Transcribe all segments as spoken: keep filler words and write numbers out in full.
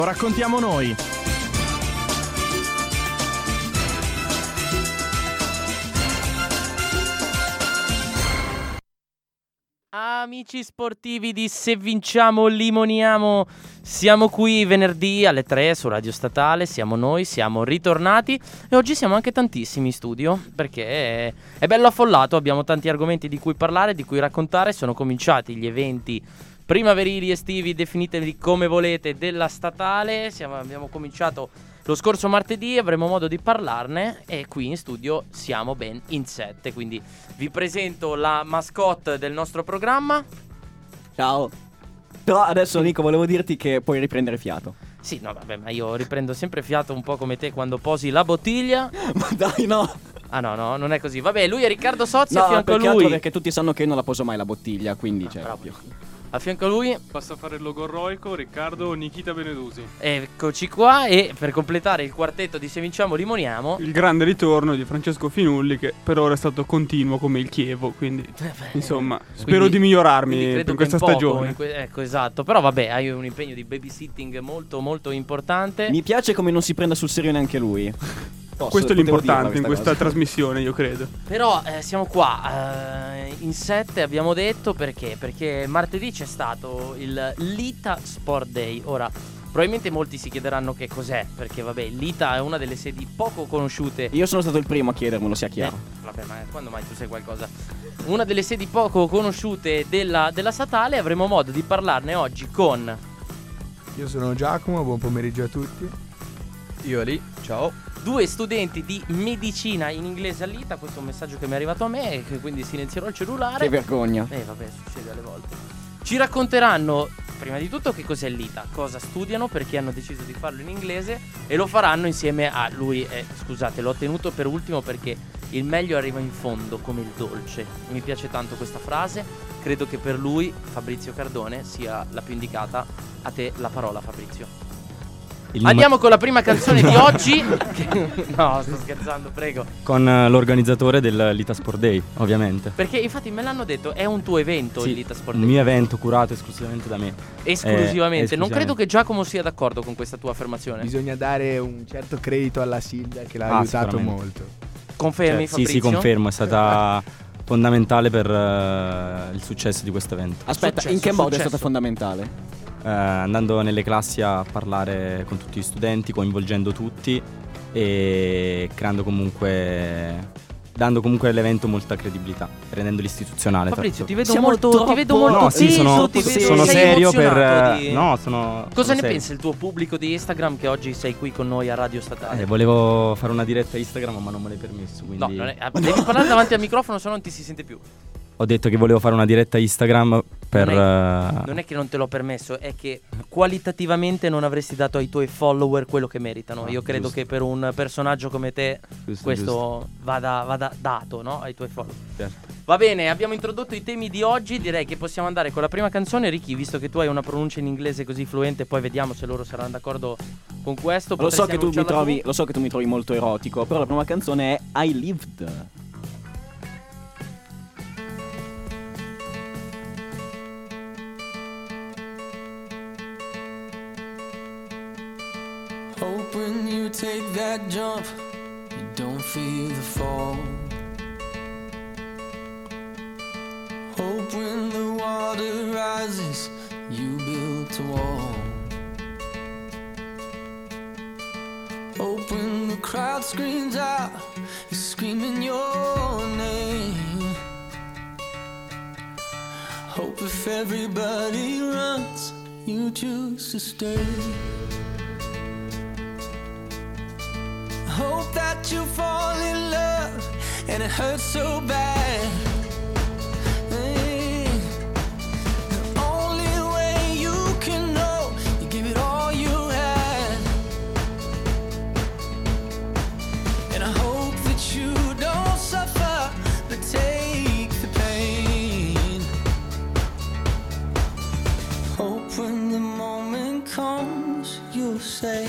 Lo raccontiamo noi. Amici sportivi di Se Vinciamo Limoniamo, siamo qui venerdì alle tre su Radio Statale, siamo noi, siamo ritornati e oggi siamo anche tantissimi in studio perché è, è bello affollato, abbiamo tanti argomenti di cui parlare, di cui raccontare, sono cominciati gli eventi primaverili, estivi, definiteli come volete, della Statale, siamo, abbiamo cominciato lo scorso martedì, avremo modo di parlarne e qui in studio siamo ben in sette, quindi vi presento la mascotte del nostro programma. Ciao. Però adesso Nico volevo dirti che puoi riprendere fiato. Sì, no vabbè, ma io riprendo sempre fiato un po' come te quando posi la bottiglia. Ma dai, no. Ah no, no, non è così. Vabbè, lui è Riccardo Sozzi, no, a fianco a perché lui altro perché tutti sanno che io non la poso mai la bottiglia, quindi ah, cioè bravo. proprio. A fianco a lui basta fare il logorroico, Riccardo Nikita Benedusi. eccoci qua e per completare il quartetto di Se Vinciamo Limoniamo il grande ritorno di Francesco Finulli, che per ora è stato continuo come il Chievo, quindi insomma spero quindi, di migliorarmi quindi in questa in poco, stagione in que- ecco esatto, però vabbè, hai un impegno di babysitting molto molto importante. Mi piace come non si prenda sul serio neanche lui. Posso, questo è l'importante in questa cosa. trasmissione, io credo. Però eh, siamo qua eh, in sette, abbiamo detto perché? Perché martedì c'è stato il Lita Sport Day. Ora, probabilmente molti si chiederanno che cos'è, perché vabbè, Lita è una delle sedi poco conosciute. Io sono stato il primo a chiedermelo, sia chiaro. Eh, vabbè, ma quando mai tu sai qualcosa? Una delle sedi poco conosciute della, della Statale, avremo modo di parlarne oggi con... Io sono Giacomo, buon pomeriggio a tutti. Io lì, ciao. Due studenti di medicina in inglese all'Ita. Questo è un messaggio che mi è arrivato a me e che quindi silenzierò il cellulare. Che vergogna. Eh vabbè, succede alle volte. Ci racconteranno prima di tutto che cos'è l'Ita, cosa studiano, perché hanno deciso di farlo in inglese e lo faranno insieme a lui. eh, Scusate, l'ho tenuto per ultimo perché il meglio arriva in fondo come il dolce. Mi piace tanto questa frase. Credo che per lui, Fabrizio Cardone, sia la più indicata. A te la parola, Fabrizio. Il Andiamo nome... con la prima canzone di oggi. No, sto scherzando, prego. Con uh, l'organizzatore del Lita Sport Day, ovviamente. Perché infatti me l'hanno detto, è un tuo evento, sì, il Lita Sport Day. Un mio evento curato esclusivamente da me. Esclusivamente. Eh, esclusivamente. Non credo che Giacomo sia d'accordo con questa tua affermazione. Bisogna dare un certo credito alla Silvia che l'ha ah, aiutato molto. Confermi, cioè, Fabrizio? Sì, sì, confermo, è stata fondamentale per uh, il successo di questo evento. Aspetta, successo, in che modo successo. è stata fondamentale? Uh, andando nelle classi a parlare con tutti gli studenti, coinvolgendo tutti e creando comunque, dando comunque all'evento molta credibilità, rendendolo istituzionale. Fabrizio, ti vedo Siamo molto, troppo... ti vedo molto no, sì, teso, sono, ti vedo, sono sei serio per di... no, sono Cosa sono ne serio. pensa il tuo pubblico di Instagram che oggi sei qui con noi a Radio Statale? Eh, volevo fare una diretta Instagram, ma non me l'hai permesso, quindi No, non è... devi parlare davanti al microfono, se no non ti si sente più. Ho detto che volevo fare una diretta Instagram per... Non è, non è che non te l'ho permesso, è che qualitativamente non avresti dato ai tuoi follower quello che meritano. Ah, Io credo giusto. che per un personaggio come te Giusto, questo giusto. Vada, vada dato, no? Ai tuoi follower. Certo. Va bene, abbiamo introdotto i temi di oggi. Direi che possiamo andare con la prima canzone. Ricky, visto che tu hai una pronuncia in inglese così fluente, poi vediamo se loro saranno d'accordo con questo. Lo so, che tu mi annunciarla trovi, lo so che tu mi trovi molto erotico, però la prima canzone è I Lived. Hope when you take that jump, you don't feel the fall. Hope when the water rises, you built a wall. Hope when the crowd screams out, you're screaming your name. Hope if everybody runs, you choose to stay. Hope that you fall in love and it hurts so bad. Hey, the only way you can know, you give it all you had. And I hope that you don't suffer, but take the pain. Hope when the moment comes, you'll say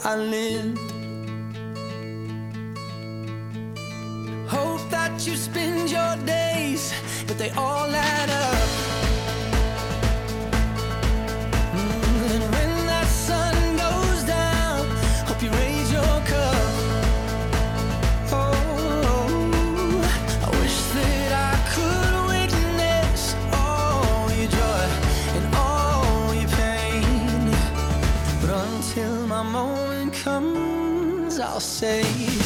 I lived. Hope that you spend your days, but they all add up. Mm, and when that sun goes down, hope you raise your cup. Oh, I wish that I could witness all your joy and all your pain, but until my moment comes, I'll say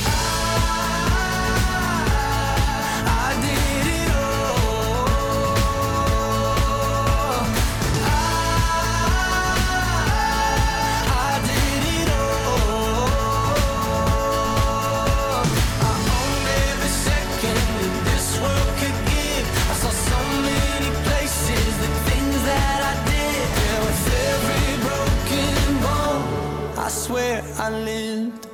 where I lived.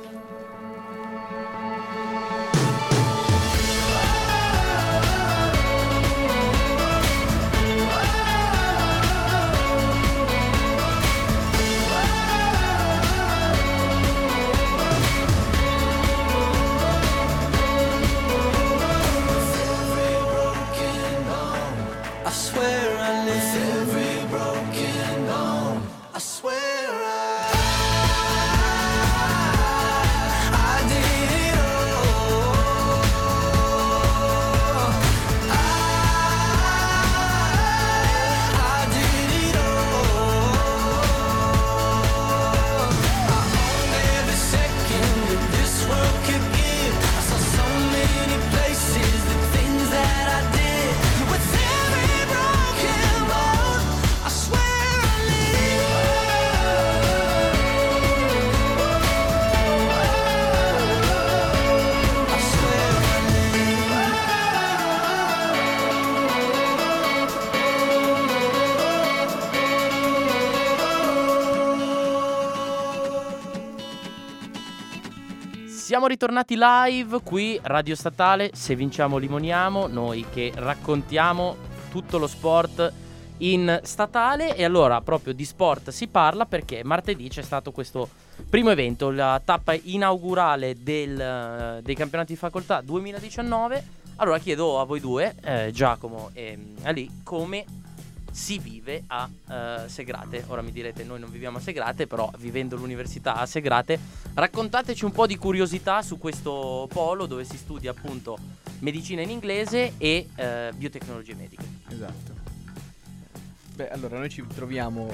I swear I lived. Every broken bone, I swear I Siamo ritornati live qui, Radio Statale, Se Vinciamo Limoniamo, noi che raccontiamo tutto lo sport in statale. E allora proprio di sport si parla perché martedì c'è stato questo primo evento, la tappa inaugurale del, dei campionati di facoltà duemiladiciannove. Allora chiedo a voi due, eh, Giacomo e Ali, come si vive a uh, Segrate. Ora mi direte, noi non viviamo a Segrate, però vivendo l'università a Segrate, raccontateci un po' di curiosità su questo polo dove si studia appunto medicina in inglese e uh, biotecnologie mediche. Esatto. Beh, allora noi ci troviamo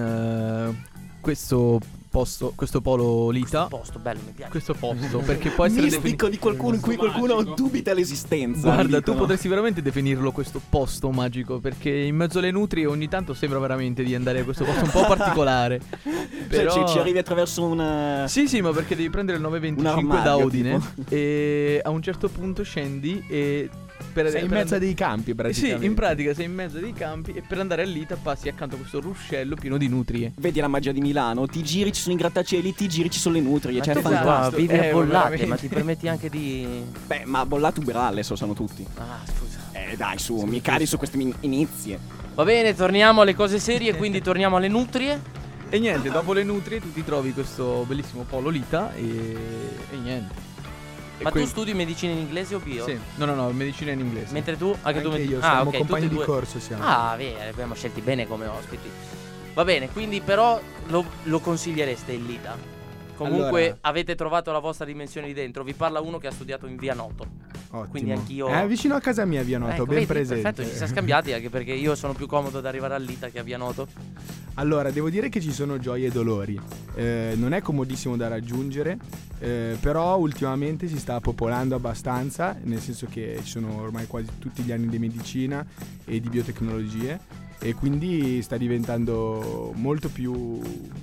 in uh, questo posto, questo polo Lita. Questo posto bello, mi piace. Questo posto, perché può essere Mistico defini- di qualcuno in cui qualcuno magico. dubita l'esistenza. Guarda, tu dicono. potresti veramente definirlo questo posto magico, perché in mezzo alle nutrie ogni tanto sembra veramente di andare a questo posto un po' particolare. Però Cioè, ci, ci arrivi attraverso una... Sì, sì, ma perché devi prendere il nove venticinque Un da armadio, Udine tipo. e a un certo punto scendi e per, Sei in per mezzo a and- dei campi, Sì, praticamente. in pratica sei in mezzo a dei campi e per andare all'Ita passi accanto a questo ruscello pieno di nutrie. Vedi la magia di Milano, ti giri, ci sono i grattacieli, ti giri, ci sono le nutrie, Ma cioè tu è qua fantastico. vivi Eh, a bollate, veramente. ma ti permetti anche di... Beh, ma bollato uberale, so sanno tutti. Ah, scusa. Eh dai, su, mi cadi su queste min- inizie. Va bene, torniamo alle cose serie, quindi torniamo alle nutrie. E niente, dopo le nutrie tu ti trovi questo bellissimo polo Lita e, e niente. E Ma que- tu studi medicina in inglese o bio? Sì, no, no, no, medicina in inglese. Mentre tu, anche, tu Anche med- io, ah, siamo ok, tutti compagni e di due. corso siamo. Ah, bene, abbiamo scelti bene come ospiti. Va bene, quindi però lo, lo consigliereste il Lita? Comunque Allora- avete trovato la vostra dimensione lì dentro. Vi parla uno che ha studiato in via Noto. Ottimo. quindi anch'io- È vicino a casa mia, via Noto, Ecco, ben vedi? presente. Perfetto, ci siamo scambiati anche perché io sono più comodo ad arrivare al Lita che a via Noto. Allora, devo dire che ci sono gioie e dolori. Eh, non è comodissimo da raggiungere, eh, però ultimamente si sta popolando abbastanza, nel senso che ci sono ormai quasi tutti gli anni di medicina e di biotecnologie e quindi sta diventando molto più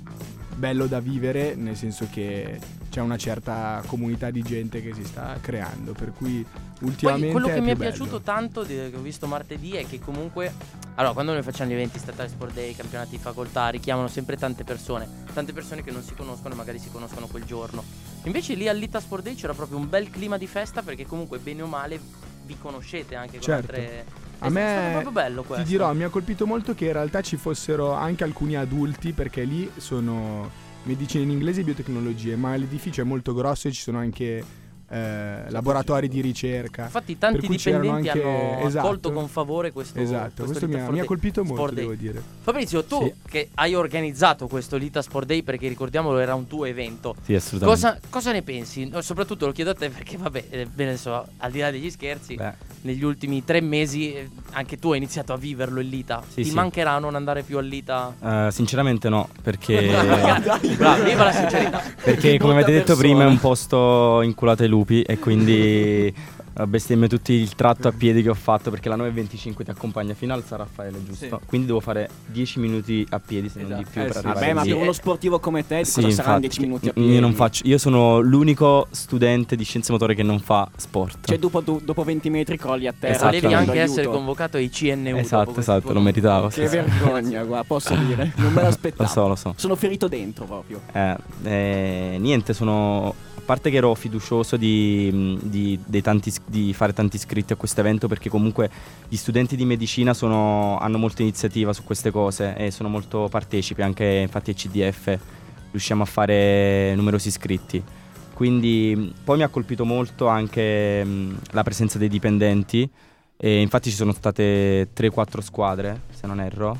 bello da vivere, nel senso che c'è una certa comunità di gente che si sta creando, per cui ultimamente Poi quello che è mi è più bello. piaciuto tanto di- che ho visto martedì è che comunque, allora, quando noi facciamo gli eventi statali, sport day, campionati di facoltà, richiamano sempre tante persone, tante persone che non si conoscono e magari si conoscono quel giorno. Invece lì all'Ita Sport Day c'era proprio un bel clima di festa perché comunque bene o male vi conoscete anche con Certo. altre... A è me, stato proprio bello questo. ti dirò, mi ha colpito molto che in realtà ci fossero anche alcuni adulti, perché lì sono medicina in inglese e biotecnologie, ma l'edificio è molto grosso e ci sono anche eh, laboratori di ricerca. Infatti tanti per cui c'erano dipendenti anche- hanno esatto. accolto con favore questo Esatto, questo mi ha, Lita mi ha Sport colpito Day- molto, Sport Day. devo dire. Fabrizio, tu Sì. che hai organizzato questo Lita Sport Day, perché ricordiamolo era un tuo evento, Sì, assolutamente. cosa, cosa ne pensi? No, soprattutto lo chiedo a te perché vabbè, eh, bene, adesso, al di là degli scherzi, Beh, negli ultimi tre mesi eh, anche tu hai iniziato a viverlo il Lita. Sì, Ti sì. mancherà non andare più al Lita? eh, sinceramente no, perché... Bravo, viva la sincerità. Perché come Brutta avete detto persona. prima è un posto inculato ai lupi e quindi eh, bestemmio tutti il tratto a piedi che ho fatto, perché la nove e venticinque ti accompagna fino al San Raffaele, giusto? Sì. Quindi devo fare dieci minuti a piedi, se non Esatto. di più, Eh per sì. arrivare Vabbè, ma lì. per uno sportivo come te, Sì, cosa saranno infatti, dieci minuti a io piedi? non faccio, io sono l'unico studente di scienze motorie che non fa sport. Cioè, dopo, do- dopo venti metri crolli a terra. Esatto. Volevi Esattamente. anche Aiuto. essere convocato ai C N U. dopo esatto, questo esatto, tuo lo nome. meritavo. Che sì, sì. vergogna, guarda, posso dire. Non me l'aspettavo. Lo so, lo so. Sono ferito dentro proprio. Eh, eh, niente, sono. A parte che ero fiducioso di, di- dei tanti, is- di fare tanti iscritti a questo evento, perché comunque gli studenti di medicina sono- hanno molta iniziativa su queste cose e sono molto partecipi, anche infatti ai C D F riusciamo a fare numerosi iscritti. Quindi mh, poi mi ha colpito molto anche mh, la presenza dei dipendenti, e infatti ci sono state tre quattro squadre, se non erro,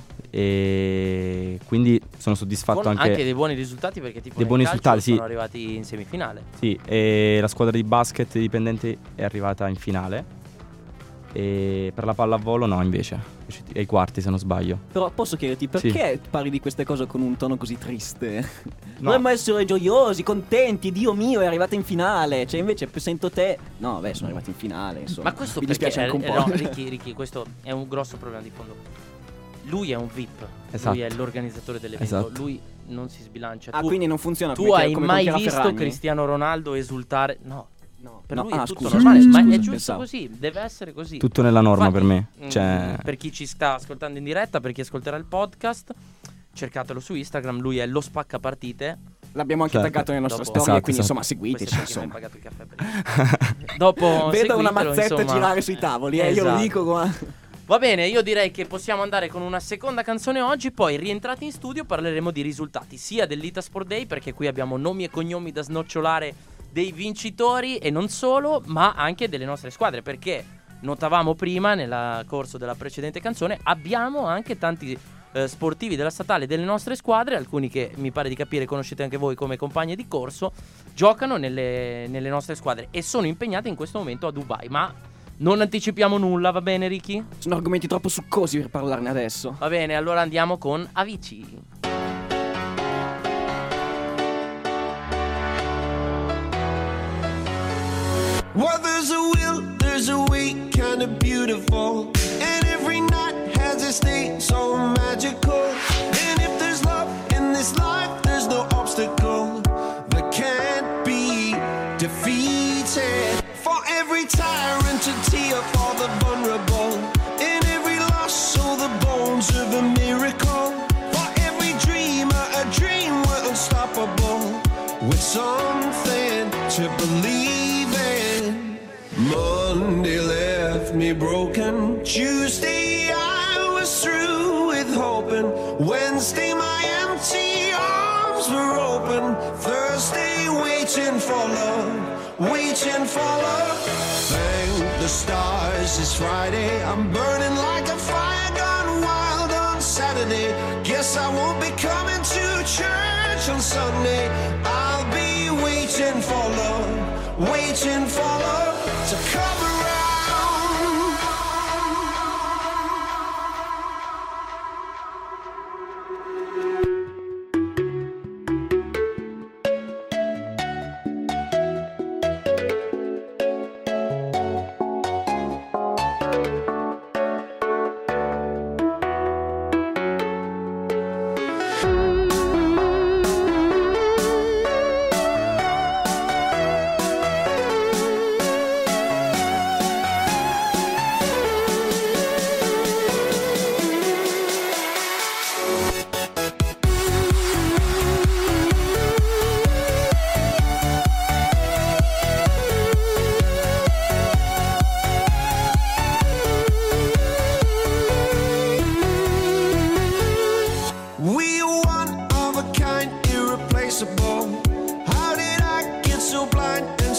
e quindi sono soddisfatto Con anche. anche dei buoni risultati, perché tipo Dei nel buoni calcio risultati, sì. sono arrivati in semifinale. Sì, e la squadra di basket dei dipendenti è arrivata in finale. E per la pallavolo no, invece, ai quarti se non sbaglio. Però posso chiederti perché parli di queste cose con un tono così triste? No. Dovremmo essere gioiosi, contenti, Dio mio, è arrivata in finale. Cioè, invece sento te. No, beh, sono arrivati in finale, insomma. Ma questo mi perché dispiace anche eh, un po'. no, Ricky, Ricky, questo è un grosso problema di fondo. Lui è un V I P, Esatto. lui è l'organizzatore dell'evento, Esatto. lui non si sbilancia. Ah, tu quindi non funziona tu come hai come mai con Chiara visto Ferragni? Cristiano Ronaldo esultare? No, No, per no, lui ah, è tutto scusa, normale, scusa, ma scusa, è giusto pensavo. così, deve essere così. Tutto nella norma Infatti, per me. mm, Cioè, per chi ci sta ascoltando in diretta, per chi ascolterà il podcast, cercatelo su Instagram, lui è lo spaccapartite. L'abbiamo anche Certo. taggato nelle nostre Dopo- storie, Esatto, quindi esatto. insomma seguiteci, Questo perché mi hai insomma. pagato il caffè per Dopo Vedo una seguitelo, mazzetta insomma. girare sui tavoli, eh, io lo Esatto. dico qua. Va bene, io direi che possiamo andare con una seconda canzone oggi, poi rientrati in studio parleremo di risultati sia del Lita Sport Day, perché qui abbiamo nomi e cognomi da snocciolare dei vincitori e non solo, ma anche delle nostre squadre, perché notavamo prima nel corso della precedente canzone abbiamo anche tanti eh, sportivi della statale delle nostre squadre, alcuni che mi pare di capire conoscete anche voi come compagni di corso, giocano nelle, nelle nostre squadre e sono impegnati in questo momento a Dubai, ma non anticipiamo nulla, va bene Ricky? Sono argomenti troppo succosi per parlarne adesso. Va bene, allora andiamo con Avicii. Well, there's a will, there's a way, kind of beautiful. And every night has a state so magical. And if there's love in this life, there's no obstacle that can't be defeated. For every tyrant to tear for the vulnerable. In every loss, all the bones of a miracle. For every dreamer, a dream we're unstoppable. With something to believe in. Monday left me broken. Tuesday I was through with hoping. Wednesday my empty arms were open. Thursday waiting for love, waiting for love. Thank the stars it's Friday. I'm burning like a fire gone wild on Saturday. Guess I won't be coming to church on Sunday. I'll be waiting for love, waiting for love to come around.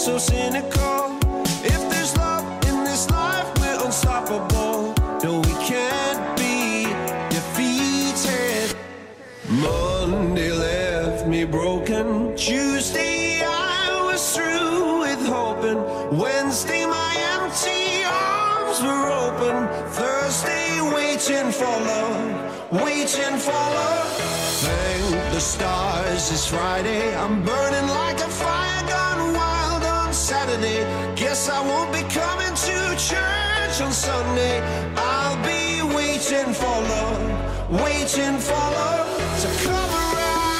so cynical. If there's love in this life, we're unstoppable. No, we can't be defeated. Monday left me broken. Tuesday I was through with hoping. Wednesday my empty arms were open. Thursday waiting for love, waiting for love. Thank the stars it's Friday. I'm burning like a fire gone wild on Saturday. Guess I won't be coming to church on Sunday. I'll be waiting for love, waiting for love to come around.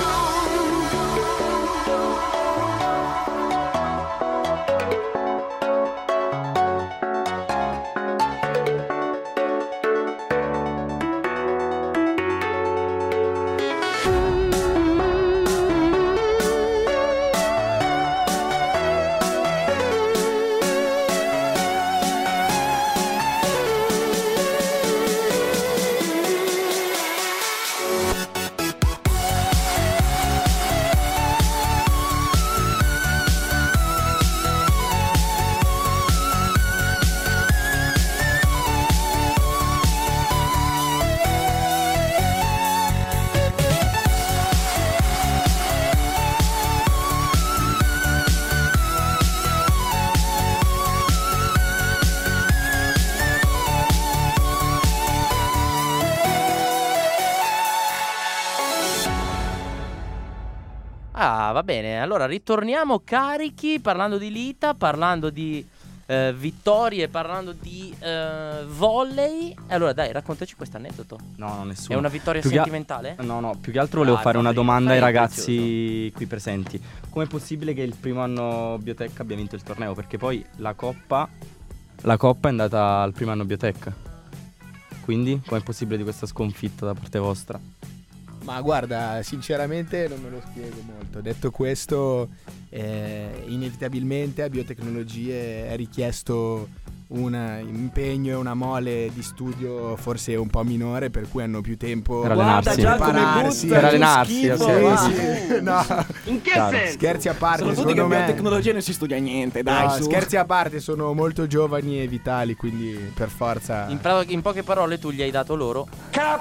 Ah, va bene. Allora ritorniamo carichi parlando di Lita, parlando di eh, vittorie, parlando di eh, volley. Allora dai, raccontaci questo aneddoto. No, no, È nessuno. una vittoria Più che a- sentimentale? No, no, più che altro volevo Ah, fare una Fabri, domanda ai fai il ragazzi qui presenti. Com'è possibile che il primo anno Biotech abbia vinto il torneo? Perché poi la coppa La coppa è andata al primo anno Biotech. Quindi com'è possibile di questa sconfitta da parte vostra? Ma guarda, sinceramente non me lo spiego molto. Detto questo, eh, inevitabilmente a biotecnologie è richiesto un impegno e una mole di studio forse un po' minore, per cui hanno più tempo Per allenarsi. Guarda già come prepararsi. butta, Per che allenarsi, schifo, ok. va. Sì, sì. No, In che Chiaro. senso? scherzi a parte, Soprattutto che secondo in me biotecnologia non si studia niente, dai, no, su. scherzi a parte, sono molto giovani e vitali, quindi per forza In, pra- in poche parole tu gli hai dato loro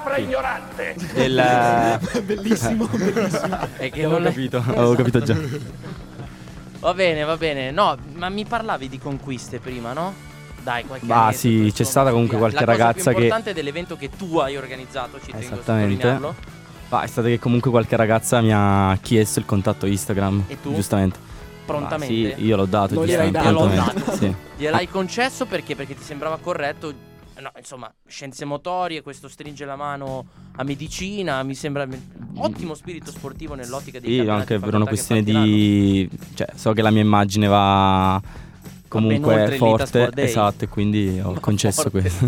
Il... Bellissimo, bellissimo. e che Avevo non è- capito, avevo capito già. Va bene, va bene. No, ma mi parlavi di conquiste prima, no? Dai, qualche Bah, aneddoto, sì, c'è insomma, stata comunque via. qualche La cosa ragazza più che- importante dell'evento che tu hai organizzato, ci tengo a Esattamente. sottolinearlo. Ma è stato che comunque qualche ragazza mi ha chiesto il contatto Instagram. E tu? Giustamente. Prontamente. Ah, sì, io l'ho dato. Non gliel'hai giustamente, dato. prontamente, sì. Gliel'hai concesso perché? Perché ti sembrava corretto. No, insomma, scienze motorie, questo stringe la mano a medicina, mi sembra ottimo spirito sportivo nell'ottica dei Sì, campionati anche per una facoltà che questione di... Cioè, so che la mia immagine va comunque oltre il Lita forte. Sport Day. Esatto, e quindi ho Va concesso forte. questo.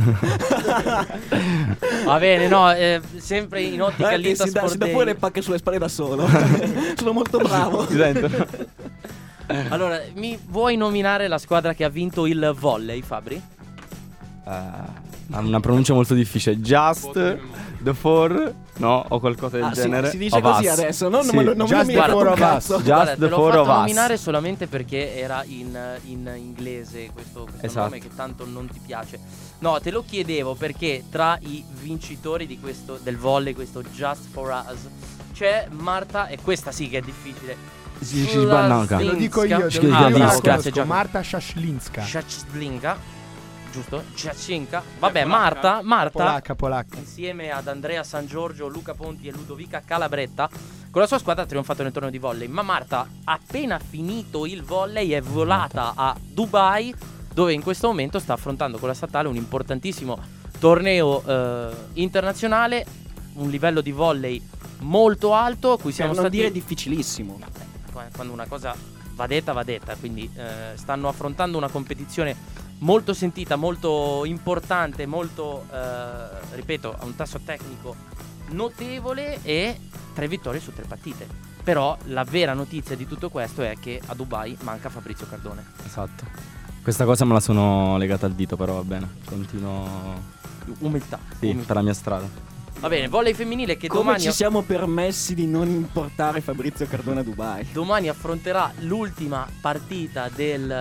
Va bene, no, eh, sempre in ottica Guarda che Lita si dà, Sport si dà Day. pure le pacche sulle spalle da solo. Sono molto bravo. Ti sento? Allora, mi vuoi nominare la squadra che ha vinto il volley, Fabri? Eh, ha una pronuncia molto difficile. Just the four, no? O qualcosa del Ah, sì, genere. si dice of così us. adesso, no? Non Sì. me lo, non me lo Just mi the ricordo four un of cazzo. us. Just Guarda, the te l'ho four fatto of us. nominare solamente perché era in, in inglese questo, questo Esatto. nome che tanto non ti piace. No, te lo chiedevo perché tra i vincitori di questo, del volley, questo Just for Us, c'è Marta, e questa sì che è difficile. Sì, sì, ma no, Te lo dico io, te Sì, lo dico sì, io, sì, la sì, grazie, conosco, Giacomo. Marta Shashlinska. Shachlinka, giusto? Shachinka. Vabbè, Marta, Marta Polacca, polacca. insieme ad Andrea San Giorgio, Luca Ponti e Ludovica Calabretta con la sua squadra ha trionfato nel torneo di volley. Ma Marta, appena finito il volley, è volata a Dubai, dove in questo momento sta affrontando con la statale un importantissimo torneo eh, internazionale, un livello di volley molto alto a cui Per siamo non stati dire difficilissimo. No, beh, qua- quando una cosa va detta va detta, quindi eh, stanno affrontando una competizione molto sentita, molto importante, molto eh, ripeto, a un tasso tecnico notevole e tre vittorie su tre partite. Però la vera notizia di tutto questo è che a Dubai manca Fabrizio Cardone. Esatto. Questa cosa me la sono legata al dito, però va bene. Continuo. Umiltà. Sì, umiltà. per la mia strada. Va bene, volley femminile che Come domani ci siamo permessi di non importare Fabrizio Cardone a Dubai? domani affronterà l'ultima partita del,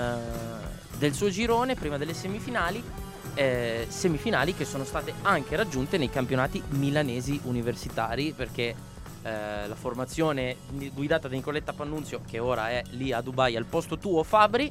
eh, del suo girone prima delle semifinali. Eh, semifinali che sono state anche raggiunte nei campionati milanesi universitari, perché eh, la formazione guidata da Nicoletta Pannunzio, che ora è lì a Dubai al posto tuo Fabri,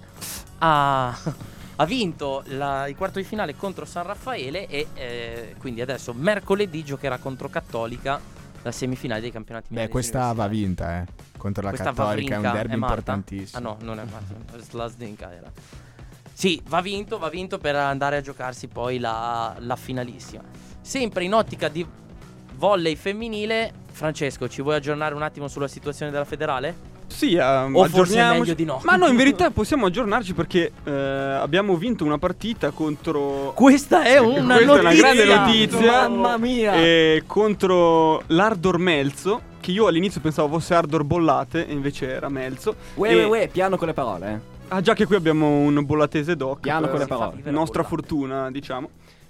ha, ha vinto la, il quarto di finale contro San Raffaele e eh, quindi adesso mercoledì giocherà contro Cattolica la semifinale dei campionati Beh, milanesi questa va universitari. vinta, eh. Contro la Questa Cattolica è un Wawrinka derby è Marta? importantissimo. Ah no, non è Marta, Slasdinka era. Sì, va vinto, va vinto per andare a giocarsi poi la, la finalissima. Sempre in ottica di volley femminile, Francesco, ci vuoi aggiornare un attimo sulla situazione della federale? Sì, um, O forse è aggiorniamoci. meglio di no. Ma no, in verità possiamo aggiornarci perché eh, abbiamo vinto una partita contro... Questa è una Questa è una notizia. grande notizia. Mamma mia! E contro l'Ardor Melzo, che io all'inizio pensavo fosse Ardor Bollate, e invece era Melzo. Uè, E- uè, uè, piano con le parole, eh. Ah, già che qui abbiamo un bollatese doc. Piano per con le Si fa parole. vivere nostra Bollate. fortuna, diciamo.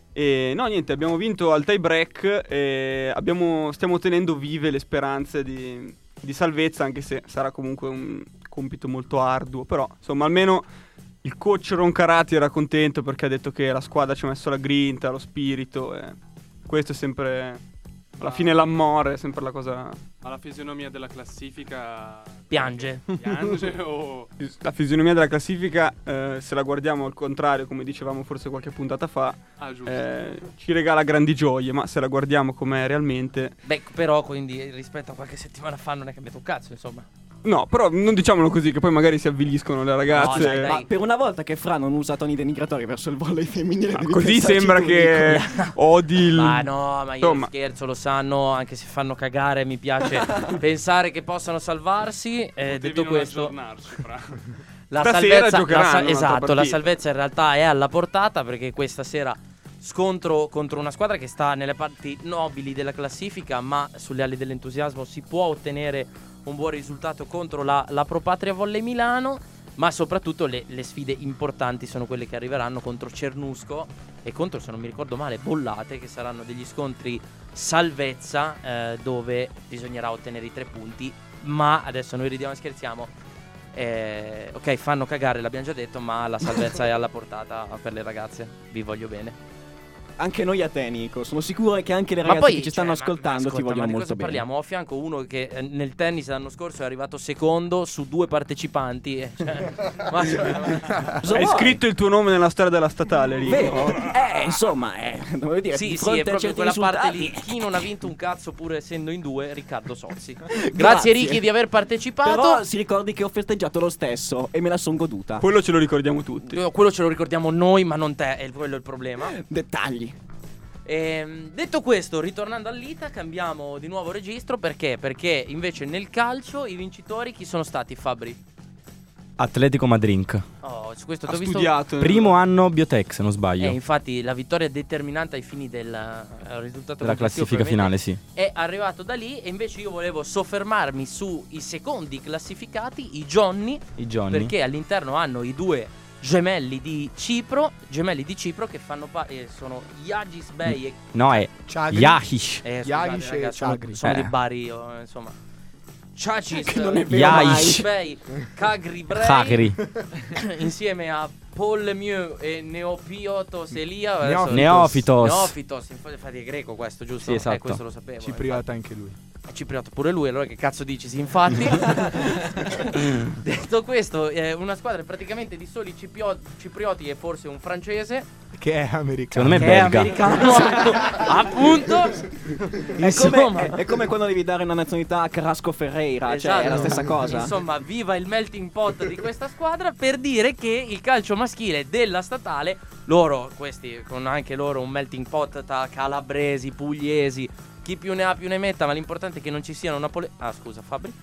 E no, niente, abbiamo vinto al tie break e abbiamo, stiamo tenendo vive le speranze di, di salvezza, anche se sarà comunque un compito molto arduo. Però, insomma, almeno il coach Roncarati era contento perché ha detto che la squadra ci ha messo la grinta, lo spirito. E questo è sempre... Alla fine l'amore è sempre la cosa... Ma la fisionomia della classifica Piange. piange o La fisionomia della classifica, eh, se la guardiamo al contrario, come dicevamo forse qualche puntata fa, ah giusto. eh, ci regala grandi gioie, ma se la guardiamo com'è realmente... Beh, però quindi rispetto a qualche settimana fa non è cambiato un cazzo, insomma. No, però non diciamolo così, che poi magari si avviliscono le ragazze. No, dai, dai. Ma per una volta che Fra non usa toni denigratori verso il volley femminile, Ah, devi così pensarci sembra tu, che Nico. odi il... Ma no, ma io Insomma. scherzo, lo sanno, anche se fanno cagare, mi piace pensare che possano salvarsi. Eh, Potevi detto non questo, aggiornarci, Fra. la Stasera salvezza, giocheranno la sa- un'altra esatto, la partita. salvezza in realtà è alla portata, perché questa sera scontro contro una squadra che sta nelle parti nobili della classifica, ma sulle ali dell'entusiasmo si può ottenere un buon risultato contro la, la Pro Patria Volley Milano. Ma soprattutto le, le sfide importanti sono quelle che arriveranno contro Cernusco e contro, se non mi ricordo male, Bollate, che saranno degli scontri salvezza, eh, dove bisognerà ottenere i tre punti. Ma adesso noi ridiamo e scherziamo, eh, ok, fanno cagare, l'abbiamo già detto, ma la salvezza è alla portata per le ragazze. Vi voglio bene. Anche noi a te, Nico. Sono sicuro che anche le Ma ragazze poi, che ci stanno cioè, ma- ascoltando ma ti ascolta, vogliono ma di molto cosa bene. parliamo? Ho a fianco uno che eh, nel tennis l'anno scorso è arrivato secondo su due partecipanti. eh, cioè, ma, cioè, ma- Cosa Hai vuoi? scritto il tuo nome nella storia della statale lì. Vero? Eh, insomma, eh, devo dire, Sì, di sì, fronte è a proprio certi quella parte lì. risultati- Chi non ha vinto un cazzo pur essendo in due, Riccardo Sozzi. Grazie, Grazie. Ricky di aver partecipato. Però si ricordi che ho festeggiato lo stesso e me la son goduta. Quello ce lo ricordiamo tutti. Eh, Quello ce lo ricordiamo noi, ma non te, è quello il problema. Dettagli. Ehm, detto questo, ritornando all'Ita, cambiamo di nuovo registro. Perché? Perché invece nel calcio i vincitori chi sono stati, Fabri? Atletico Madrid. Oh, su questo Ha ti ho visto. studiato. Primo anno Biotech, se non sbaglio. Eh, infatti la vittoria determinante ai fini del eh, risultato della complessivo classifica finale, sì. è arrivato da lì. E invece io volevo soffermarmi sui secondi classificati, i Johnny, I Johnny. perché all'interno hanno i due gemelli di Cipro, gemelli di Cipro che fanno parte, sono Yagis Bey e No, è Chagri. Yahish. eh, Yagish scusate, e ragazzi, sono, Chagri. sono Eh. di Bari, io, insomma. Chacis, Che non è vero Yaish. Bey, Cagri Brei, Cagri. insieme a Paul Lemieux e Neopiotos Elia. adesso- Neofitos. Neofitos. Neofitos, infatti è greco questo, giusto? Sì, esatto. Eh, questo lo sapevo. Cipriota anche lui. infatti. È cipriota pure lui, allora che cazzo dici? Sì, infatti. Detto questo, è una squadra praticamente di soli cipio- ciprioti e forse un francese. Che è americano. Secondo me è Che è belga. americano. Appunto. È Insomma. come, è, è come quando devi dare una nazionalità a Carrasco Ferreira, cioè è la Esatto. stessa cosa. Insomma, viva il melting pot di questa squadra, per dire che il calcio maschile della statale, loro, questi, con anche loro un melting pot tra calabresi, pugliesi, chi più ne ha più ne metta, ma l'importante è che non ci siano napole... Ah, scusa, Fabri?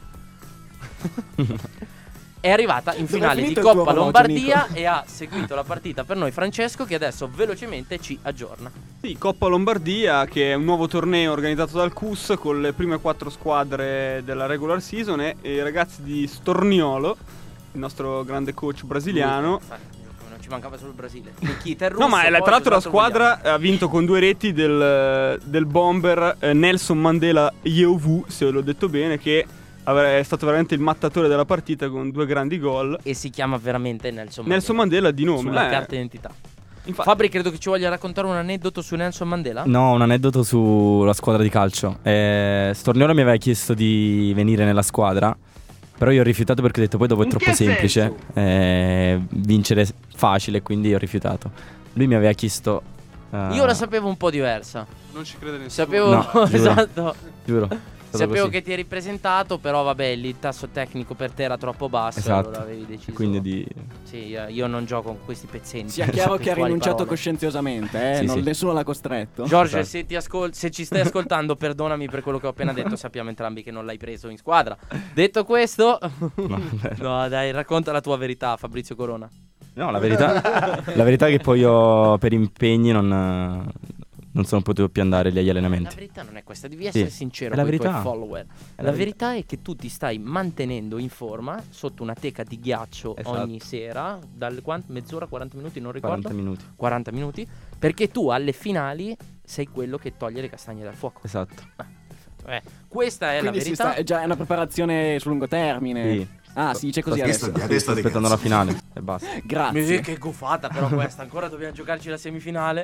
È arrivata in Dove è finale di finito il tuo Coppa orologio, Lombardia Nico? e ha seguito la partita per noi Francesco, che adesso velocemente ci aggiorna. Sì, Coppa Lombardia, che è un nuovo torneo organizzato dal C U S con le prime quattro squadre della regular season e i ragazzi di Storniolo, il nostro grande coach brasiliano. Lui, eh, non ci ci mancava solo il Brasile. Nikita è russo. No, ma è la- poi tra l'altro la soltanto squadra ha vinto con due reti del, del bomber eh, Nelson Mandela Yeovu, se l'ho detto bene, che avre- è stato veramente il mattatore della partita con due grandi gol. E si chiama veramente Nelson Mandela. Nelson Mandela di nome. Sulla eh. carta d'identità. Infatti- Fabri, credo che ci voglia raccontare un aneddoto su Nelson Mandela. No, un aneddoto sulla squadra di calcio. Eh, Storniolo mi aveva chiesto di venire nella squadra, però io ho rifiutato perché ho detto poi dopo è troppo semplice eh, vincere facile, quindi ho rifiutato. Lui mi aveva chiesto eh, Io la sapevo un po' diversa. Non ci crede nessuno. Sapevo, No, giuro. esatto. giuro. è stato Sapevo così. che ti eri presentato, però vabbè, lì il tasso tecnico per te era troppo basso. Esatto. Allora avevi deciso. Quindi di Sì, eh, io non gioco con questi pezzenti. Sia chiaro che ha Testuali rinunciato parole. coscienziosamente, eh? Sì, non, sì. nessuno l'ha costretto. Giorgio, Esatto. se, ti ascol- se ci stai ascoltando, perdonami per quello che ho appena detto. Sappiamo entrambi che non l'hai preso in squadra. Detto questo, no, no, dai, racconta la tua verità, Fabrizio Corona. no, la verità la verità è che poi io per impegni non non sono potuto più andare lì agli La allenamenti. verità non è questa, devi essere Sì, sincero è la con i tuoi verità. follower. È La la verità è che tu ti stai mantenendo in forma sotto una teca di ghiaccio Esatto. ogni sera, dal quant- mezz'ora, quaranta minuti, non ricordo. quaranta minuti. quaranta minuti, perché tu alle finali sei quello che toglie le castagne dal fuoco. Esatto. Eh, questa è Quindi la si verità. sta, è già una preparazione sul lungo termine. Sì. Ah, si dice così Sto- adesso. Sto aspettando la finale e basta. Grazie. Sì, che gufata però questa, ancora dobbiamo giocarci la semifinale.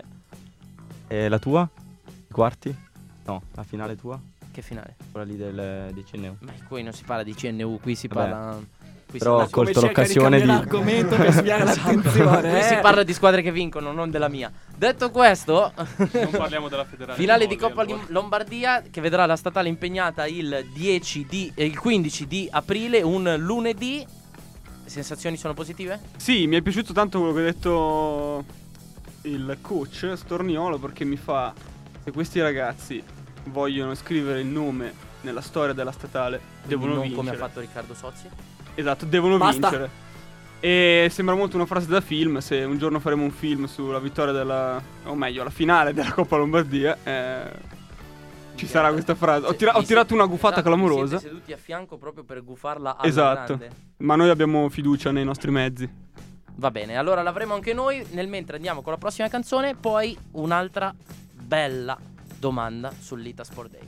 E la tua? I quarti? No, la finale tua? Che finale? Quella lì del, dei C N U. Ma qui non si parla di C N U, qui si Vabbè. parla qui Però si ho colto Come cerca l'occasione di di... cambiare argomento per sviare l'attenzione. Qui eh. si parla di squadre che vincono, non della mia. Detto questo, Non parliamo della federale. finale di Molli, Coppa allora. Lim- Lombardia che vedrà la statale impegnata il dieci di eh, il quindici di aprile, un lunedì. Le sensazioni sono positive? Sì, mi è piaciuto tanto quello che ha detto il coach Storniolo, perché mi fa: se questi ragazzi vogliono scrivere il nome nella storia della statale, Quindi devono non vincere. come ha fatto Riccardo Sozzi. Esatto, devono Basta. vincere. E sembra molto una frase da film. Se un giorno faremo un film sulla vittoria della, o meglio, la finale della Coppa Lombardia, eh, ci sarà questa frase. Ho, Se- tira- ho vi tirato siete- una gufata esatto, vi clamorosa. Siete seduti a fianco proprio per gufarla alla Esatto. grande. Ma noi abbiamo fiducia nei nostri mezzi. Va bene, allora l'avremo anche noi. Nel mentre andiamo con la prossima canzone, poi un'altra bella domanda sull'Ita Sport Day.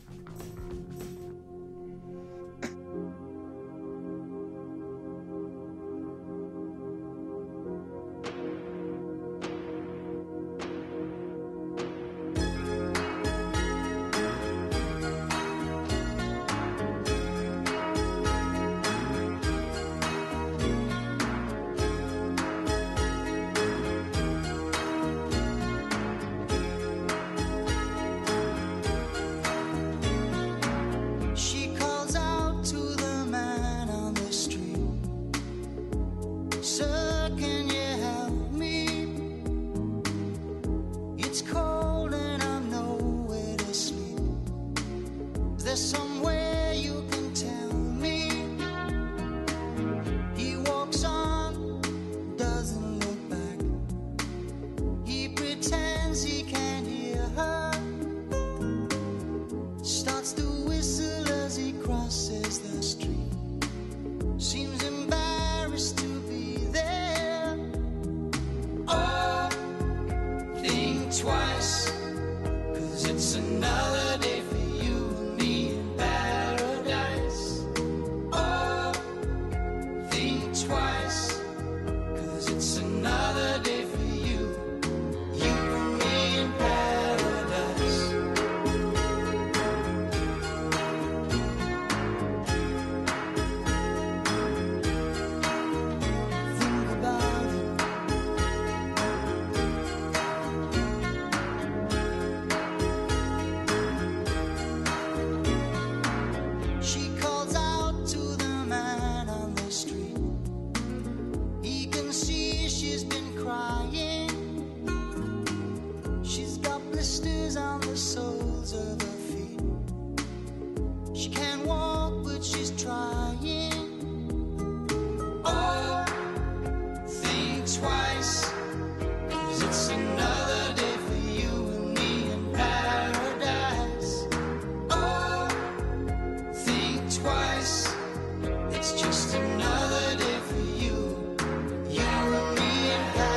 She calls out to the man on the street. Sir, can you help me? It's cold and I'm nowhere to sleep. Is there somewhere you can tell me? He walks on, doesn't look back. He pretends he can't hear her. Starts to whistle as he crosses the street. Seems embarrassed to be there. Oh, think twice, 'cause it's another day for you and me in paradise. Oh, think twice, 'cause it's another day for you, you and me in paradise. Think about it. She calls out to the man on the street. He can see she's been crying. She's got blisters on the soles of her feet. She can't walk, but she's trying. Oh, think twice, 'cause it's another day for you and me in paradise. Oh, think twice, it's just another day for you, you and me in paradise.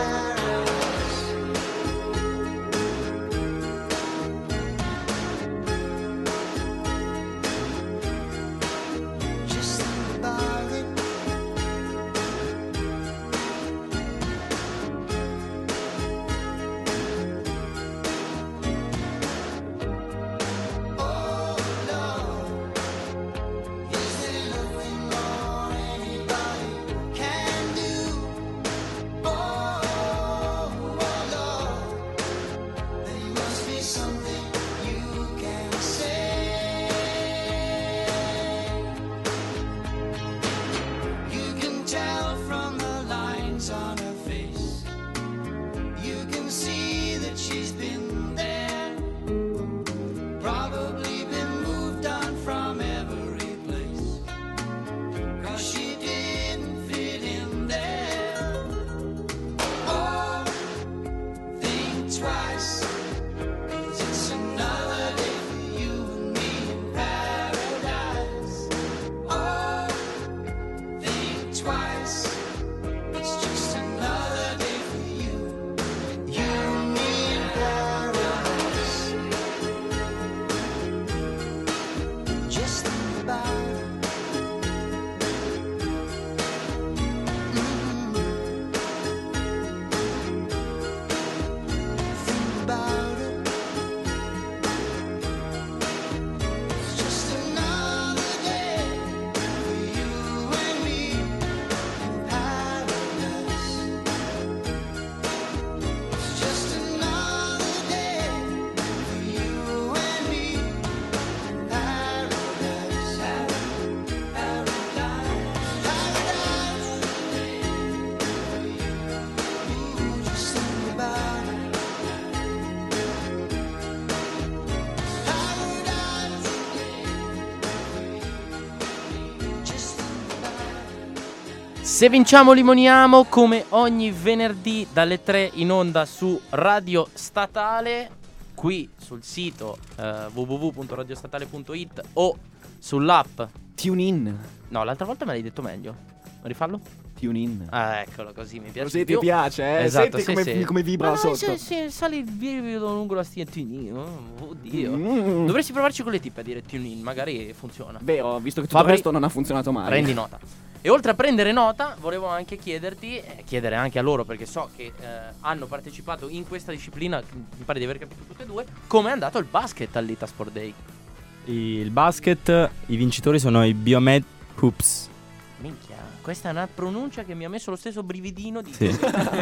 Se vinciamo limoniamo, come ogni venerdì dalle tre in onda su Radio Statale, qui sul sito uh, w w w punto radiostatale punto i t o sull'app TuneIn. No, l'altra volta me l'hai detto meglio. Vuoi rifarlo? TuneIn. Ah, eccolo, così mi piace Così di ti più. piace, eh? Esatto, Senti sì, come, sì. come vibra Ma no, sotto. sì, sì, sali il brivido lungo la stia TuneIn. Oh, oddio. Mm. Dovresti provarci con le tippe a dire TuneIn, magari funziona. Vero, visto che tutto Fabri, il resto non ha funzionato mai. Prendi nota. E oltre a prendere nota, volevo anche chiederti, eh, chiedere anche a loro, perché so che eh, hanno partecipato in questa disciplina, mi pare di aver capito tutte e due, come è andato il basket all'Ita Sport Day. Il basket, i vincitori sono i Biomed Hoops. Minchia, questa è una pronuncia che mi ha messo lo stesso brividino di... Sì.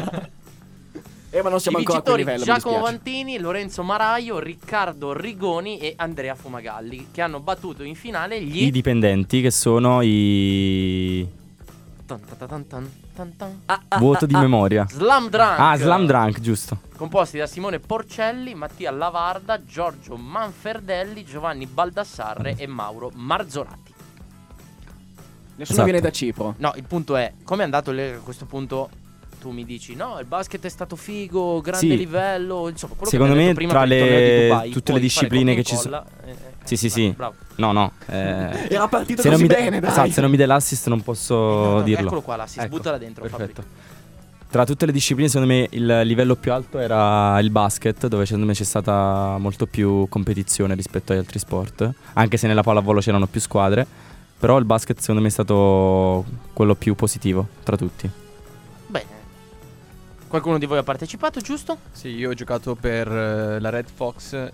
Eh, ma non siamo I ancora a quel vincitori livello, mi Giacomo dispiace. Vantini, Lorenzo Maraio, Riccardo Rigoni e Andrea Fumagalli, che hanno battuto in finale gli... I dipendenti, che sono i... Tan tan tan tan tan tan. Ah, ah, Vuoto di ah, memoria. Slam Drunk. Ah, Slam Drunk, giusto. Composti da Simone Porcelli, Mattia Lavarda, Giorgio Manferdelli, Giovanni Baldassarre e Mauro Marzorati. Nessuno Esatto. viene da Cipro. No, il punto è, come è andato le- a questo punto? Tu mi dici, no, il basket è stato figo, grande Sì. livello, insomma, quello Secondo che mi me, hai detto prima tra per il torneo le- di Dubai, tutte le puoi fare discipline copia che ci e so- incolla, eh, eh, Sì, sì, bravo, sì. bravo. No, no. eh, Era partito se non così mi dai- bene, dai. esatto, se non mi dai l'assist non posso No, no, dirlo. Eccolo qua, l'assist, Ecco, buttala dentro, perfetto. Fabri. Tra tutte le discipline, secondo me il livello più alto era il basket, dove secondo me c'è stata molto più competizione rispetto agli altri sport, anche se nella pallavolo c'erano più squadre, però il basket secondo me è stato quello più positivo tra tutti. Bene. Qualcuno di voi ha partecipato, giusto? Sì, io ho giocato per eh, la Red Fox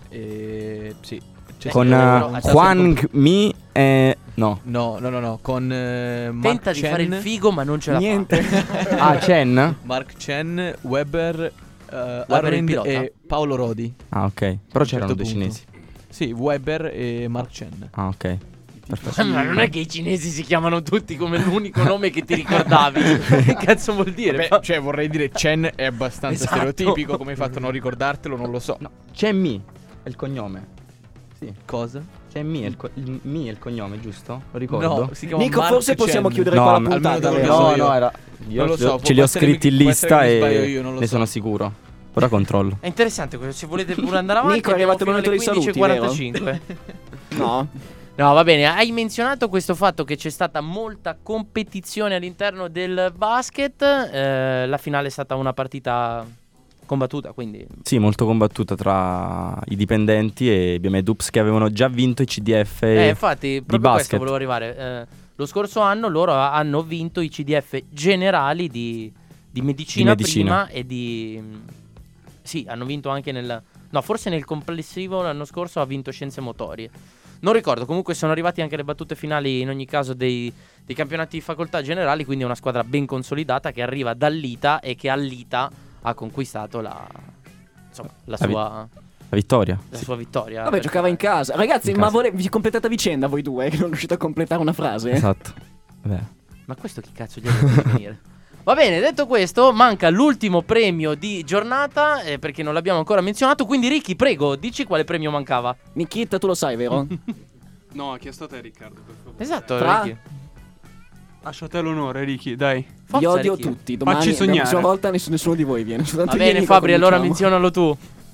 e sì. c'è Con stato- eh, c'è stato Hwang Mi e... no. No, no, no, no, con eh, Mark Tenta di Chen, fare il figo, ma non ce la Niente. fa. Ah, Chen? Mark Chen, Weber, eh, il Arend pilota? e Paolo Rodi. Ah, ok. Però un c'erano certo dei punto. cinesi. Sì, Weber e Mark Chen. Ah, ok. Perfetto. Ma non è che i cinesi si chiamano tutti come l'unico nome che ti ricordavi. Che cazzo vuol dire? Beh, Fa- cioè vorrei dire Chen è abbastanza Esatto. stereotipico, come hai fatto a non ricordartelo, non lo so. No, Chen Mi è il cognome. Sì. Cosa? Chen Mi è il, co- il Mi è il cognome, giusto? Lo ricordo. No, si chiama Nico, Mark forse possiamo Chen. chiudere No, qua la ma- puntata. almeno da vero? quello No, so io. no, era. Io Non lo so, ce può li ho essere scritti che- in può essere lista che mi e sbaglio io, non lo ne so. sono sicuro. Ora controllo. È interessante questo, se volete pure andare avanti. Nico, è arrivato il abbiamo momento fino dei alle saluti, quindici e quarantacinque. No. No, va bene, hai menzionato questo fatto che c'è stata molta competizione all'interno del basket. eh, la finale è stata una partita combattuta, quindi Sì, molto combattuta tra i dipendenti e i Biomed Hoops, che avevano già vinto i C D F Eh, infatti, proprio questo basket. volevo arrivare. Eh, lo scorso anno loro ha- hanno vinto i C D F generali di, di medicina, Di medicina. prima e di... mm, Sì, hanno vinto anche nel... No, forse nel complessivo l'anno scorso ha vinto scienze motorie. Non ricordo, comunque sono arrivati anche le battute finali in ogni caso dei, dei campionati di facoltà generali, quindi è una squadra ben consolidata che arriva dall'Ita e che all'Ita ha conquistato la, insomma, la La vi- sua, La vittoria. la Sì. sua vittoria. Vabbè, per giocava in finale. casa. Ragazzi, In ma casa. vole- vi completate a vicenda voi due, che non riuscite a completare una frase? Esatto. Vabbè. Ma questo chi cazzo gli ha detto di venire? Va bene, detto questo, manca l'ultimo premio di giornata, eh, perché non l'abbiamo ancora menzionato. Quindi, Ricky, prego, dici quale premio mancava. Nikita, tu lo sai, vero? No, ha chiesto a te, Riccardo, per favore. Esatto, Fra- Ricky. Lascio a te l'onore, Ricky, dai. Forza, Vi odio Ricky. tutti. Domani, Facci sognare. la prossima volta nessuno, nessuno di voi viene. Soltanto Va io e bene, Nico Fabri, allora cominciamo. menzionalo tu.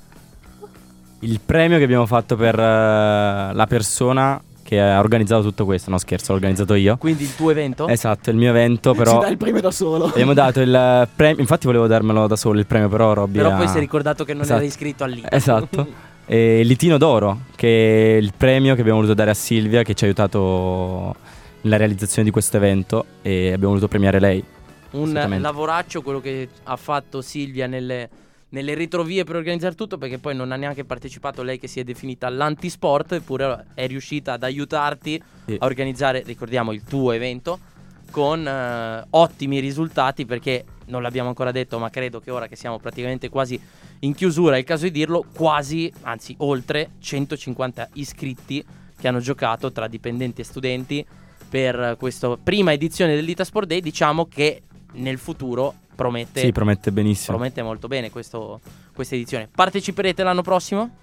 Il premio che abbiamo fatto per eh, la persona che ha organizzato tutto questo. No, scherzo, l'ho organizzato io. Quindi il tuo evento? Esatto, il mio evento, Si però dà il premio da solo. abbiamo dato il premio. Infatti volevo darmelo da solo il premio, però Robby Però ha- poi si è ricordato che non Esatto. era iscritto all'I T. Esatto. E il Litino d'Oro, che è il premio che abbiamo voluto dare a Silvia, che ci ha aiutato nella realizzazione di questo evento, e abbiamo voluto premiare lei. Un Assolutamente. lavoraccio, quello che ha fatto Silvia nelle, nelle retrovie per organizzare tutto, perché poi non ha neanche partecipato lei, che si è definita l'antisport, eppure è riuscita ad aiutarti Sì. a organizzare, ricordiamo, il tuo evento con eh, ottimi risultati, perché non l'abbiamo ancora detto, ma credo che ora che siamo praticamente quasi in chiusura è il caso di dirlo, quasi, anzi oltre centocinquanta iscritti che hanno giocato tra dipendenti e studenti per questa prima edizione dell'Ita Sport Day. Diciamo che nel futuro promette, Sì, promette benissimo. promette molto bene questo, questa edizione. Parteciperete l'anno prossimo?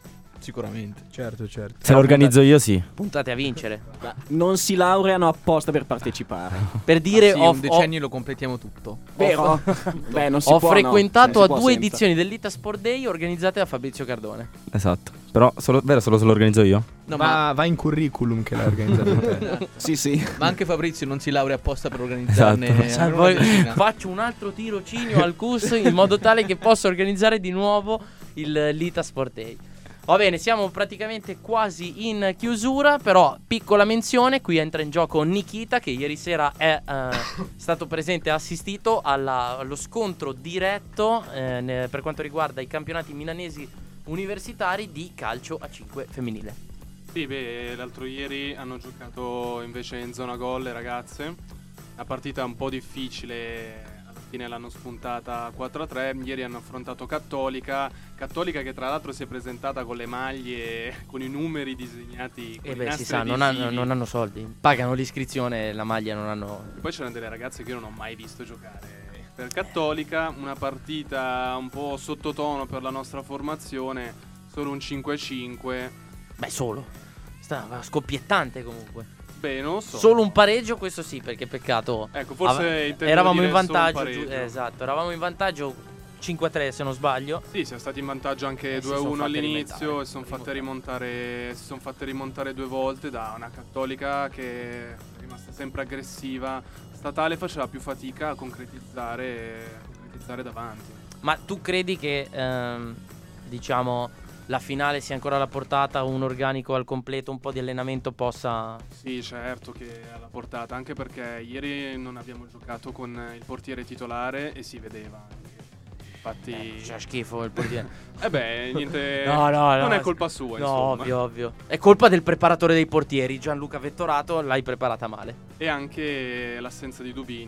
Sicuramente. Certo, certo. Se lo organizzo io, sì. Puntate a vincere. Non si laureano apposta per partecipare. Per dire Ah, sì, ho, un decennio lo completiamo tutto. Vero? Beh, non si ho può, frequentato no. a Si può due senza. edizioni dell'Ita Sport Day organizzate da Fabrizio Cardone. Esatto. Però, solo, vero, solo se lo organizzo io? No, ma, Va, va in curriculum che l'hai organizzato te. Sì, sì. ma anche Fabrizio non si laurea apposta per organizzarne Esatto. una Salvo- decina. faccio un altro tirocinio al C U S in modo tale che possa organizzare di nuovo il l'Ita Sport Day. Va bene, siamo praticamente quasi in chiusura, però piccola menzione, qui entra in gioco Nikita che ieri sera è eh, stato presente e assistito alla- allo scontro diretto eh, ne- per quanto riguarda i campionati milanesi universitari di calcio a cinque femminile. Sì, beh, l'altro ieri hanno giocato invece in zona gol le ragazze. Una partita un po' difficile, alla fine l'hanno spuntata quattro a tre. Ieri hanno affrontato Cattolica. Cattolica che tra l'altro si è presentata con le maglie, con i numeri disegnati con E i beh, si nastri sa, non hanno, adesivi. non hanno soldi. Pagano l'iscrizione, la maglia non hanno. Poi c'erano delle ragazze che io non ho mai visto giocare. Per Cattolica, una partita un po' sottotono per la nostra formazione, solo un cinque a cinque. Beh, solo. Stava scoppiettante comunque. Beh, non lo so. Solo un pareggio, questo sì, perché peccato. Ecco, forse Ava- intendo eravamo dire in solo un vantaggio. pareggio. giu- esatto, eravamo in vantaggio cinque a tre se non sbaglio. Sì, siamo stati in vantaggio anche E si due a son uno fatte all'inizio rimontare. e sono fatte rimontare, si sono fatte rimontare due volte da una Cattolica che è rimasta sempre aggressiva. Statale faceva più fatica a concretizzare, a concretizzare davanti. Ma tu credi che, ehm, diciamo, la finale sia ancora alla portata, un organico al completo, un po' di allenamento possa. Sì, certo che è alla portata, anche perché ieri non abbiamo giocato con il portiere titolare e si vedeva. Infatti, Eh, c'è schifo il portiere. eh beh, niente, No, no, non no, è colpa sua, No, insomma. ovvio, ovvio. È colpa del preparatore dei portieri, Gianluca Vettorato, l'hai preparata male. E anche l'assenza di Dubini.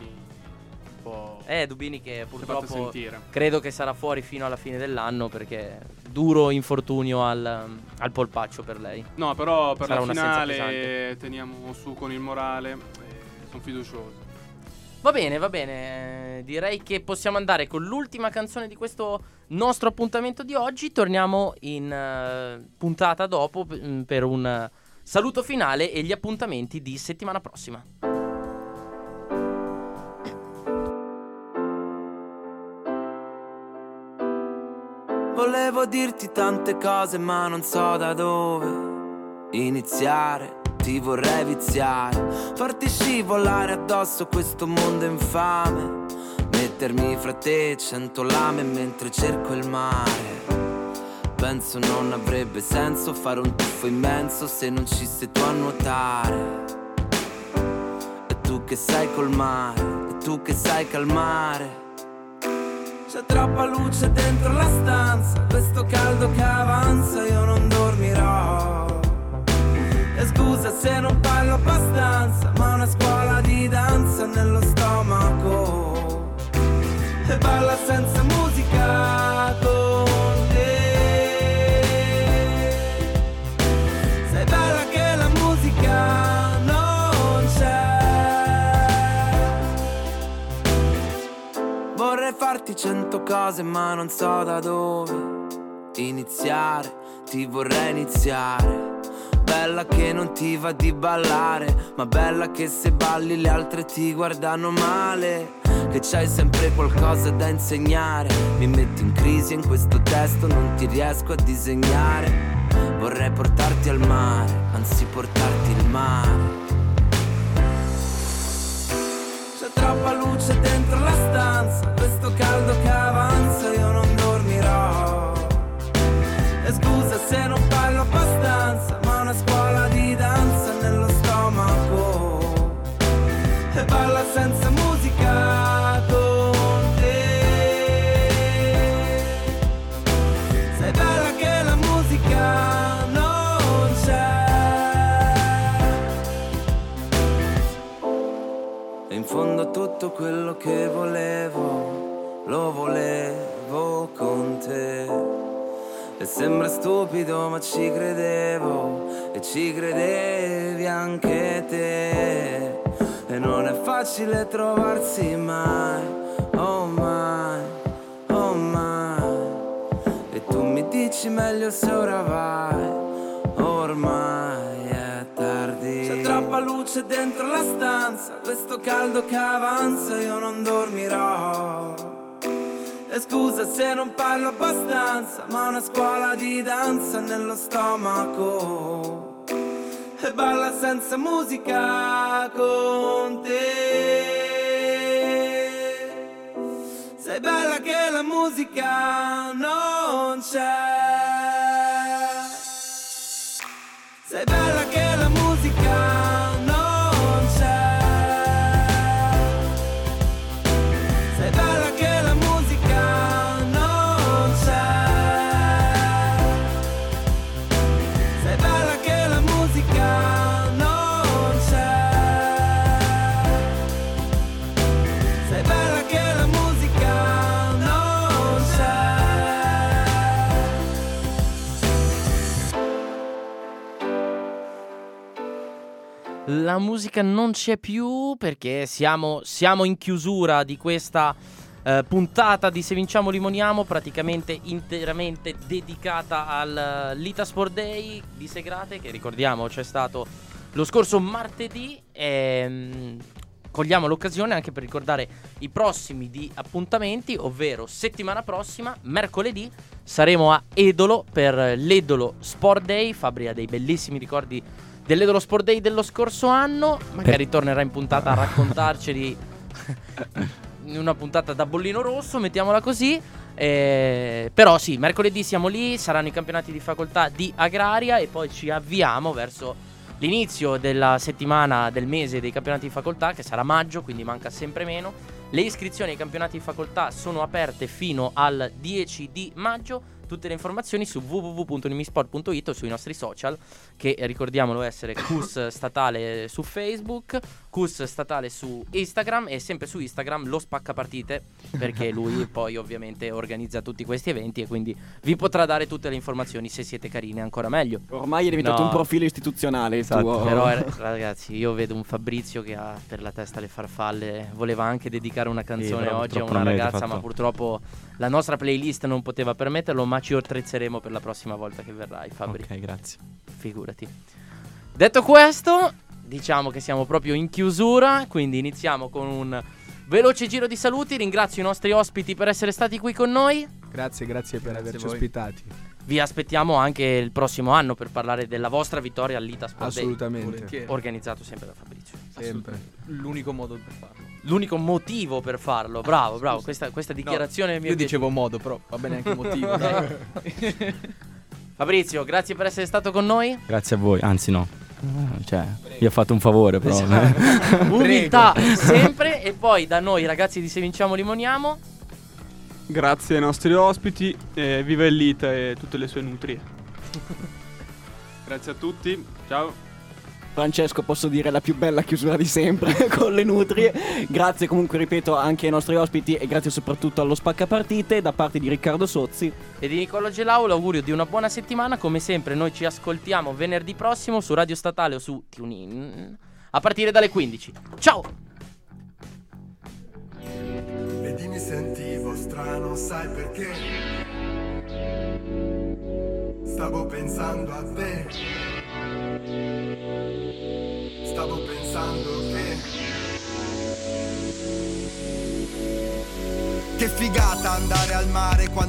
Un po' Eh, Dubini che si è fatta purtroppo sentire. credo che sarà fuori fino alla fine dell'anno perché duro infortunio al, al polpaccio per lei. No, però per Sarà la un'assenza finale pesante. teniamo su con il morale e sono fiducioso. Va bene, va bene. Eh, Direi che possiamo andare con l'ultima canzone di questo nostro appuntamento di oggi. Torniamo in eh, puntata dopo p- per un eh, saluto finale e gli appuntamenti di settimana prossima. Volevo dirti tante cose ma non so da dove iniziare. Ti vorrei viziare, farti scivolare addosso questo mondo infame, mettermi fra te cento lame mentre cerco il mare. Penso non avrebbe senso fare un tuffo immenso se non ci sei tu a nuotare. E tu che sai col mare, e tu che sai calmare. C'è troppa luce dentro la stanza, questo caldo che avanza io non dormirò. E scusa se non parlo abbastanza, ma una scuola di danza nello stomaco. E balla senza musica con te. Sei bella che la musica non c'è. Vorrei farti cento cose ma non so da dove iniziare, ti vorrei iniziare. Bella che non ti va di ballare, ma bella che se balli le altre ti guardano male. Che c'hai sempre qualcosa da insegnare. Mi metti in crisi in questo testo, non ti riesco a disegnare. Vorrei portarti al mare, anzi portarti il mare. C'è troppa luce dentro la stanza, questo caldo che avanza io non dormirò. E scusa se non parlo abbastanza, ma una scuola di danza nello stomaco. E balla senza musica con te. Sei bella che la musica non c'è. E in fondo tutto quello che volevo, lo volevo con te. E sembra stupido ma ci credevo, e ci credevi anche te. E non è facile trovarsi mai, oh mai, oh mai. E tu mi dici dici meglio se ora vai, ormai è tardi. C'è troppa luce dentro la stanza, questo caldo che avanza, io non dormirò. E scusa se non parlo abbastanza, ma una scuola di danza nello stomaco. E balla senza musica con te. Sei bella che la musica non c'è. Sei bella che la musica non c'è. Sei bella che la musica non c'è. Sei bella che la musica non c'è. Sei bella che la musica non c'è. La musica non c'è più perché siamo, siamo in chiusura di questa eh, puntata di Se Vinciamo Limoniamo, praticamente interamente dedicata al uh, Lita Sport Day di Segrate, che ricordiamo c'è stato lo scorso martedì. E, mh, cogliamo l'occasione anche per ricordare i prossimi di appuntamenti, ovvero settimana prossima, mercoledì, saremo a Edolo per l'Edolo Sport Day. Fabri ha dei bellissimi ricordi dell'Edolo Sport Day dello scorso anno, magari tornerà in puntata a raccontarceli in una puntata da bollino rosso, mettiamola così. Eh, però sì, mercoledì siamo lì, saranno i campionati di facoltà di agraria e poi ci avviamo verso l'inizio della settimana del mese dei campionati di facoltà, che sarà maggio, quindi manca sempre meno. Le iscrizioni ai campionati di facoltà sono aperte fino al dieci di maggio. Tutte le informazioni su w w w punto unimisport punto it o sui nostri social, che ricordiamolo essere C U S Statale su Facebook, C U S Statale su Instagram, e sempre su Instagram lo Spaccapartite, perché lui poi ovviamente organizza tutti questi eventi e quindi vi potrà dare tutte le informazioni. Se siete carini ancora meglio. Ormai è diventato No. un profilo istituzionale il Esatto. tuo. Però eh, ragazzi, io vedo un Fabrizio che ha per la testa le farfalle. Voleva anche dedicare una canzone però oggi a purtroppo una non avete ragazza, fatto- ma purtroppo la nostra playlist non poteva permetterlo, ma ci attrezzeremo per la prossima volta che verrai, Fabri. Ok, grazie. Figurati. Detto questo, diciamo che siamo proprio in chiusura, quindi iniziamo con un veloce giro di saluti. Ringrazio i nostri ospiti per essere stati qui con noi. Grazie, grazie per Grazie averci a voi. ospitati. Vi aspettiamo anche il prossimo anno per parlare della vostra vittoria all'Ita Sport Day, Assolutamente. Volentieri. organizzato sempre da Fabrizio. Sempre. L'unico modo per farlo. L'unico motivo per farlo. Bravo, bravo. Questa, questa dichiarazione mi è Io piaciuta. dicevo modo, però va bene anche motivo. dai. Fabrizio, grazie per essere stato con noi. Grazie a voi, anzi no. Eh, Cioè, vi ho fatto un favore però. Umiltà sempre. E poi da noi ragazzi di Se Vinciamo Limoniamo, Grazie ai nostri ospiti, e viva il Lita e tutte le sue nutrie. Grazie a tutti, ciao. Francesco, posso dire la più bella chiusura di sempre con le nutrie. Grazie comunque, ripeto, anche ai nostri ospiti e grazie soprattutto allo Spaccapartite da parte di Riccardo Sozzi. e di Nicolò Gelau l'augurio di una buona settimana. Come sempre noi ci ascoltiamo venerdì prossimo su Radio Statale o su TuneIn a partire dalle quindici. Ciao! Vedi, mi sentivo strano, sai perché? Stavo pensando a te. Stavo pensando che Che figata andare al mare quando